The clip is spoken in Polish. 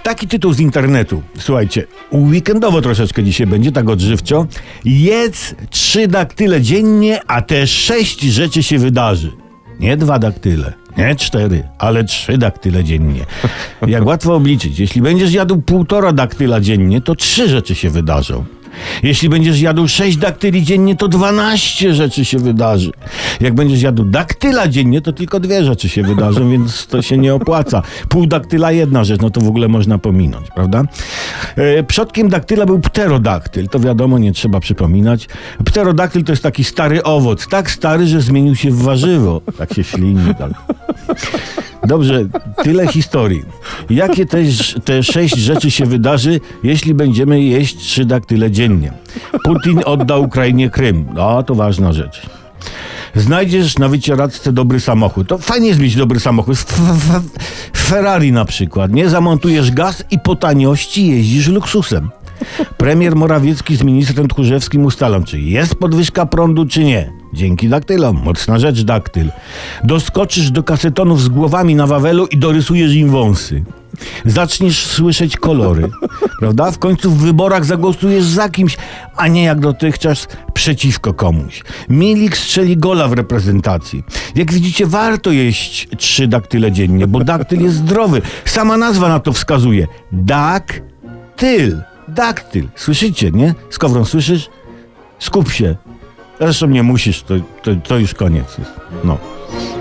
Taki tytuł z internetu. Słuchajcie, weekendowo troszeczkę dzisiaj będzie, tak odżywczo. Jedz 3 daktyle dziennie, a te 6 rzeczy się wydarzy. Nie 2 daktyle, nie 4, ale 3 daktyle dziennie. Jak łatwo obliczyć, jeśli będziesz jadł 1,5 daktyla dziennie, to 3 rzeczy się wydarzą. Jeśli będziesz jadł 6 daktyli dziennie, to 12 rzeczy się wydarzy. Jak będziesz jadł daktyla dziennie, to tylko 2 rzeczy się wydarzą, więc to się nie opłaca. Pół daktyla 1 rzecz, no to w ogóle można pominąć, prawda? Przodkiem daktyla był pterodaktyl, to wiadomo, nie trzeba przypominać. Pterodaktyl to jest taki stary owoc, tak stary, że zmienił się w warzywo. Tak się ślini, tak. Dobrze, tyle historii. Jakie te 6 rzeczy się wydarzy, jeśli będziemy jeść 3 daktyle dziennie? Putin odda Ukrainie Krym. No, to ważna rzecz. Znajdziesz na wycieraczce dobry samochód. To fajnie jest mieć dobry samochód. Ferrari na przykład, nie? Zamontujesz gaz i po taniości jeździsz luksusem. Premier Morawiecki z ministrem Tchórzewskim ustalą, czy jest podwyżka prądu, czy nie. Dzięki daktylom. Mocna rzecz, daktyl. Doskoczysz do kasetonów z głowami na Wawelu i dorysujesz im wąsy. Zaczniesz słyszeć kolory, prawda? W końcu w wyborach zagłosujesz za kimś, a nie jak dotychczas przeciwko komuś. Milik strzeli gola w reprezentacji. Jak widzicie, warto jeść 3 daktyle dziennie, bo daktyl jest zdrowy. Sama nazwa na to wskazuje. Daktyl. Daktyl. Słyszycie, nie? Skowron, słyszysz? Skup się. Zresztą nie musisz, to już koniec jest. No.